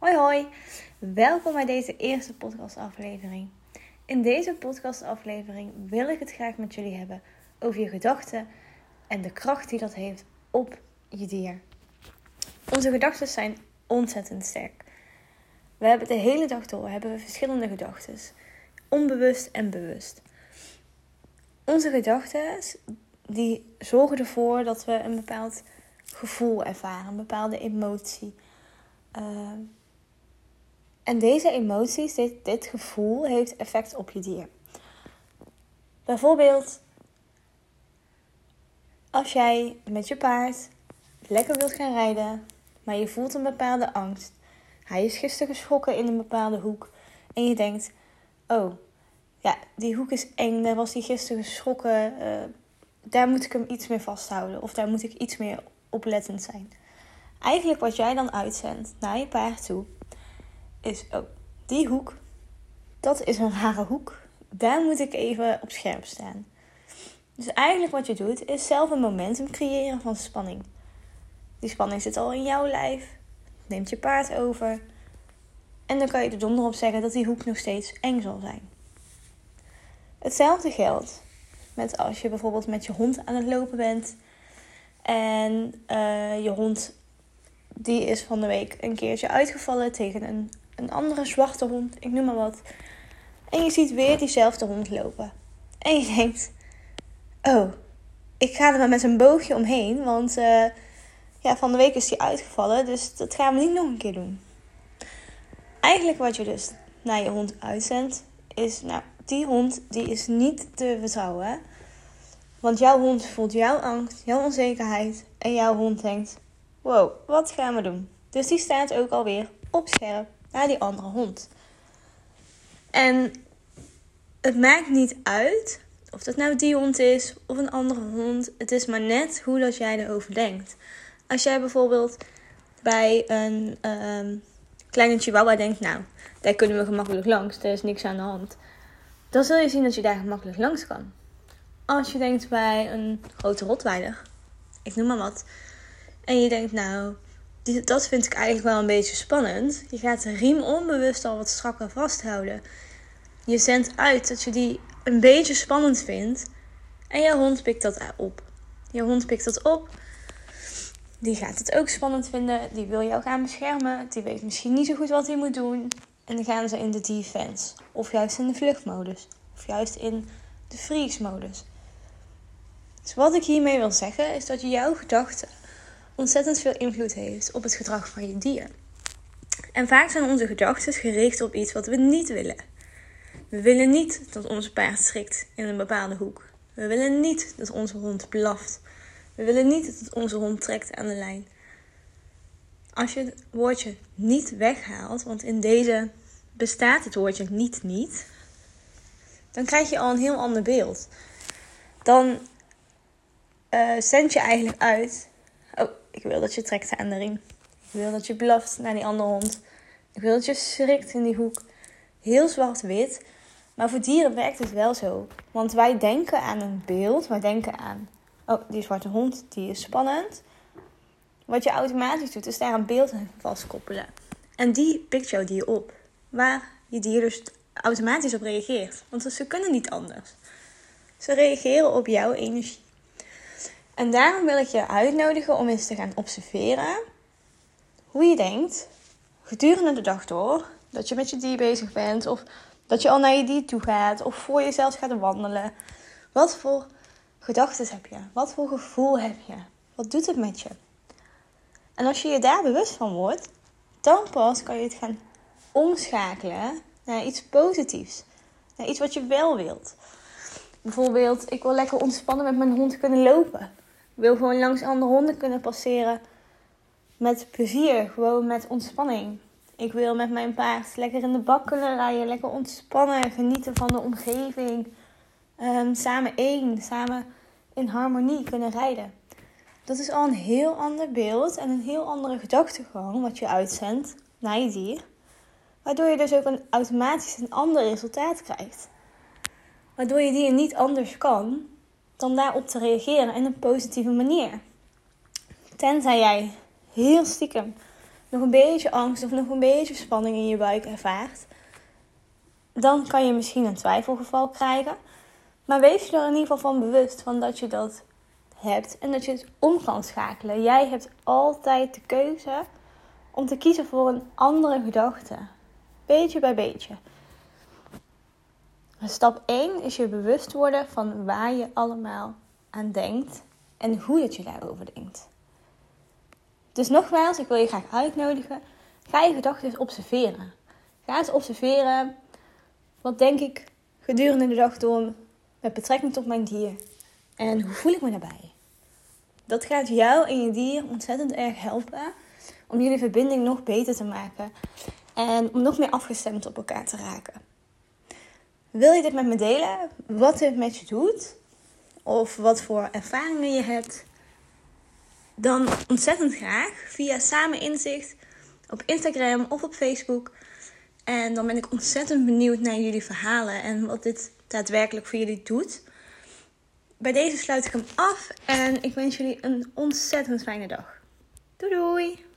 Hoi hoi, welkom bij deze eerste podcastaflevering. In deze podcastaflevering wil ik het graag met jullie hebben over je gedachten en de kracht die dat heeft op je dier. Onze gedachten zijn ontzettend sterk. We hebben de hele dag door verschillende gedachten, onbewust en bewust. Onze gedachten die zorgen ervoor dat we een bepaald gevoel ervaren, een bepaalde emotie. En deze emoties, dit gevoel, heeft effect op je dier. Bijvoorbeeld, als jij met je paard lekker wilt gaan rijden, maar je voelt een bepaalde angst. Hij is gisteren geschrokken in een bepaalde hoek. En je denkt, oh, ja, die hoek is eng, daar was hij gisteren geschrokken. Daar moet ik hem iets meer vasthouden. Of daar moet ik iets meer oplettend zijn. Eigenlijk wat jij dan uitzendt naar je paard toe, is, oh, die hoek, dat is een rare hoek. Daar moet ik even op scherp staan. Dus eigenlijk wat je doet, is zelf een momentum creëren van spanning. Die spanning zit al in jouw lijf, neemt je paard over. En dan kan je er donder op zeggen dat die hoek nog steeds eng zal zijn. Hetzelfde geldt met als je bijvoorbeeld met je hond aan het lopen bent. En je hond, die is van de week een keertje uitgevallen tegen een andere zwarte hond, ik noem maar wat. En je ziet weer diezelfde hond lopen. En je denkt, oh, ik ga er maar met een boogje omheen, want van de week is die uitgevallen, dus dat gaan we niet nog een keer doen. Eigenlijk wat je dus naar je hond uitzendt, is, die hond die is niet te vertrouwen. Want jouw hond voelt jouw angst, jouw onzekerheid en jouw hond denkt, wow, wat gaan we doen? Dus die staat ook alweer op scherp naar die andere hond. En het maakt niet uit of dat nou die hond is of een andere hond. Het is maar net hoe dat jij erover denkt. Als jij bijvoorbeeld bij een kleine chihuahua denkt, daar kunnen we gemakkelijk langs, er is niks aan de hand. Dan zul je zien dat je daar gemakkelijk langs kan. Als je denkt bij een grote rottweiler, ik noem maar wat, en je denkt, dat vind ik eigenlijk wel een beetje spannend. Je gaat de riem onbewust al wat strakker vasthouden. Je zendt uit dat je die een beetje spannend vindt. En je hond pikt dat op. Je hond pikt dat op. Die gaat het ook spannend vinden. Die wil jou gaan beschermen. Die weet misschien niet zo goed wat hij moet doen. En dan gaan ze in de defense. Of juist in de vluchtmodus. Of juist in de freeze-modus. Dus wat ik hiermee wil zeggen is dat jouw gedachte ontzettend veel invloed heeft op het gedrag van je dier. En vaak zijn onze gedachten gericht op iets wat we niet willen. We willen niet dat onze paard schrikt in een bepaalde hoek. We willen niet dat onze hond blaft. We willen niet dat onze hond trekt aan de lijn. Als je het woordje niet weghaalt, want in deze bestaat het woordje niet, dan krijg je al een heel ander beeld. Dan zend je eigenlijk uit, oh, ik wil dat je trekt aan de riem. Ik wil dat je blaft naar die andere hond. Ik wil dat je schrikt in die hoek. Heel zwart-wit. Maar voor dieren werkt het wel zo. Want wij denken aan een beeld. Wij denken aan, oh, die zwarte hond, die is spannend. Wat je automatisch doet, is daar een beeld aan vastkoppelen. En die pikt jouw dier op. Waar je dier dus automatisch op reageert. Want ze kunnen niet anders. Ze reageren op jouw energie. En daarom wil ik je uitnodigen om eens te gaan observeren hoe je denkt gedurende de dag door. Dat je met je dier bezig bent of dat je al naar je dier toe gaat of voor jezelf gaat wandelen. Wat voor gedachten heb je? Wat voor gevoel heb je? Wat doet het met je? En als je je daar bewust van wordt, dan pas kan je het gaan omschakelen naar iets positiefs. Naar iets wat je wel wilt. Bijvoorbeeld, ik wil lekker ontspannen met mijn hond kunnen lopen. Ik wil gewoon langs andere honden kunnen passeren met plezier, gewoon met ontspanning. Ik wil met mijn paard lekker in de bak kunnen rijden, lekker ontspannen, genieten van de omgeving. Samen in harmonie kunnen rijden. Dat is al een heel ander beeld en een heel andere gedachtegang wat je uitzendt naar je dier. Waardoor je dus ook automatisch een ander resultaat krijgt. Waardoor je dier niet anders kan dan daarop te reageren in een positieve manier. Tenzij jij heel stiekem nog een beetje angst of nog een beetje spanning in je buik ervaart, dan kan je misschien een twijfelgeval krijgen. Maar wees je er in ieder geval van bewust van dat je dat hebt en dat je het om kan schakelen. Jij hebt altijd de keuze om te kiezen voor een andere gedachte. Beetje bij beetje. Stap 1 is je bewust worden van waar je allemaal aan denkt en hoe dat je daarover denkt. Dus nogmaals, ik wil je graag uitnodigen. Ga je gedachten eens observeren. Ga eens observeren. Wat denk ik gedurende de dag door met betrekking tot mijn dier? En hoe voel ik me daarbij? Dat gaat jou en je dier ontzettend erg helpen om jullie verbinding nog beter te maken. En om nog meer afgestemd op elkaar te raken. Wil je dit met me delen? Wat dit met je doet? Of wat voor ervaringen je hebt? Dan ontzettend graag via Samen Inzicht op Instagram of op Facebook. En dan ben ik ontzettend benieuwd naar jullie verhalen en wat dit daadwerkelijk voor jullie doet. Bij deze sluit ik hem af en ik wens jullie een ontzettend fijne dag. Doei doei!